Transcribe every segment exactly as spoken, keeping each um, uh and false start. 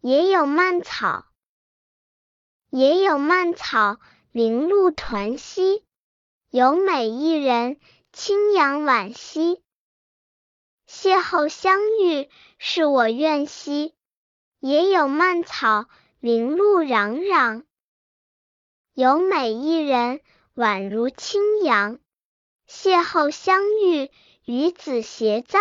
也有蔓草，也有蔓草，零露团兮，有美一人，清扬惋兮。邂逅相遇，是我愿兮，也有蔓草，零露攘攘。有美一人，宛如清扬，邂逅相遇，与子偕臧。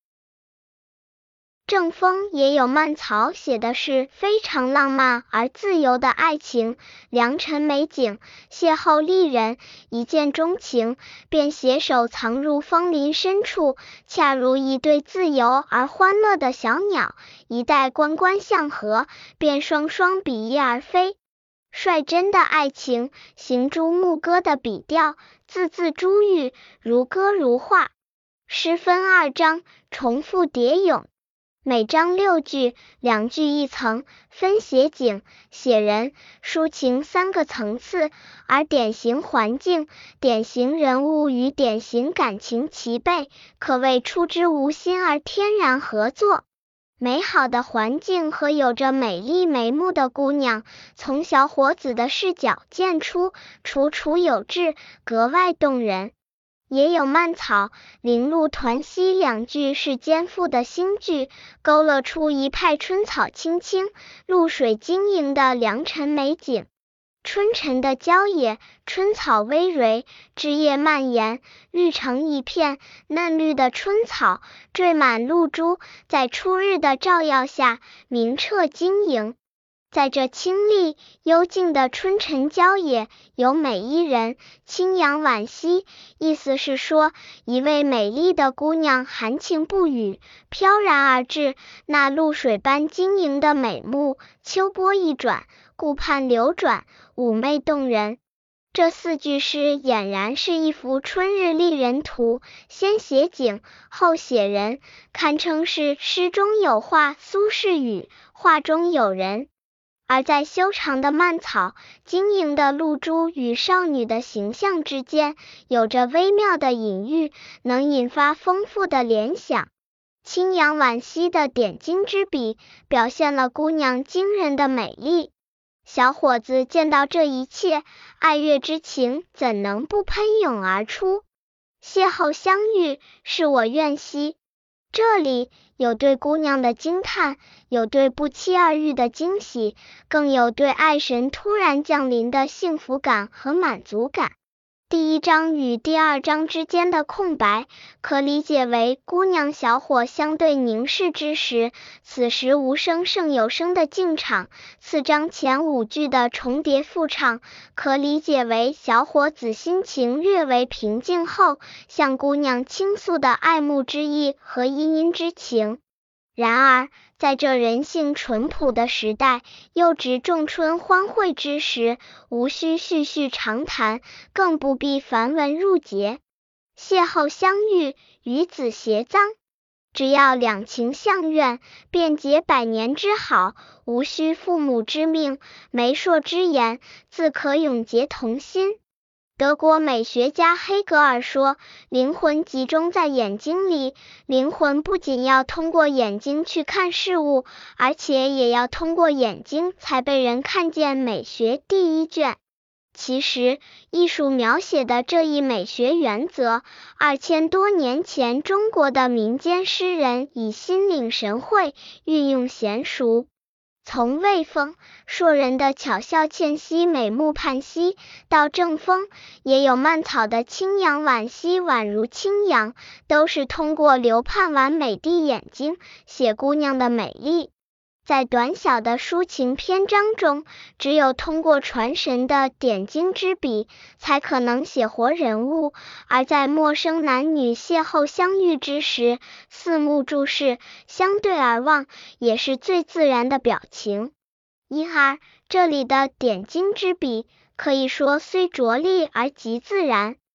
郑风也有蔓草写的是非常浪漫而自由的爱情，良辰美景，邂逅丽人，一见钟情，便携手藏入枫林深处，恰如一对自由而欢乐的小鸟，一待关关相合，便双双比翼而飞。率真的爱情，行诸牧歌的笔调，字字珠玉，如歌如画。诗分二章，重复叠咏，每章六句，两句一层，分写景、写人、抒情三个层次，而典型环境、典型人物与典型感情齐备，可谓出之无心而天然合作。美好的环境和有着美丽眉目的姑娘，从小伙子的视角见出，楚楚有致，格外动人。也有蔓草，零露团兮两句是肩负的新句，勾勒出一派春草青青，露水晶莹的良辰美景。春晨的郊野，春草葳蕤，枝叶蔓延，绿成一片，嫩绿的春草缀满露珠，在初日的照耀下明澈晶莹。在这清丽幽静的春晨郊野，有美一人，清扬惋兮，意思是说，一位美丽的姑娘含情不语，飘然而至，那露水般晶莹的美目，秋波一转，顾盼流转，妩媚动人。这四句诗俨然是一幅春日丽人图，先写景，后写人，堪称是诗中有画，苏轼语，画中有人。而在修长的蔓草、晶莹的露珠与少女的形象之间，有着微妙的隐喻，能引发丰富的联想。清扬惋兮的点睛之笔，表现了姑娘惊人的美丽。小伙子见到这一切，爱乐之情怎能不喷涌而出？邂逅相遇，是我愿兮。这里有对姑娘的惊叹，有对不期而遇的惊喜，更有对爱神突然降临的幸福感和满足感。第一章与第二章之间的空白，可理解为姑娘小伙相对凝视之时，此时无声胜有声的静场。次章前五句的重叠复唱，可理解为小伙子心情略为平静后，向姑娘倾诉的爱慕之意和殷殷之情。然而，在这人性淳朴的时代，又值仲春欢会之时，无需絮絮长谈，更不必繁文缛节。邂逅相遇，与子偕臧，只要两情相悦，便结百年之好，无需父母之命，媒妁之言，自可永结同心。德国美学家黑格尔说，灵魂集中在眼睛里，灵魂不仅要通过眼睛去看事物，而且也要通过眼睛才被人看见。美学第一卷。其实，艺术描写的这一美学原则，二千多年前中国的民间诗人已心领神会，运用娴熟。从魏风、硕人的巧笑倩兮、美目盼兮，到郑风，也有蔓草的清扬惋兮，宛如清扬，都是通过流盼完美的眼睛，写姑娘的美丽。在短小的抒情篇章中，只有通过传神的点睛之笔，才可能写活人物，而在陌生男女邂逅相遇之时，四目注视，相对而望，也是最自然的表情。因而，这里的点睛之笔，可以说虽拙劣而极自然。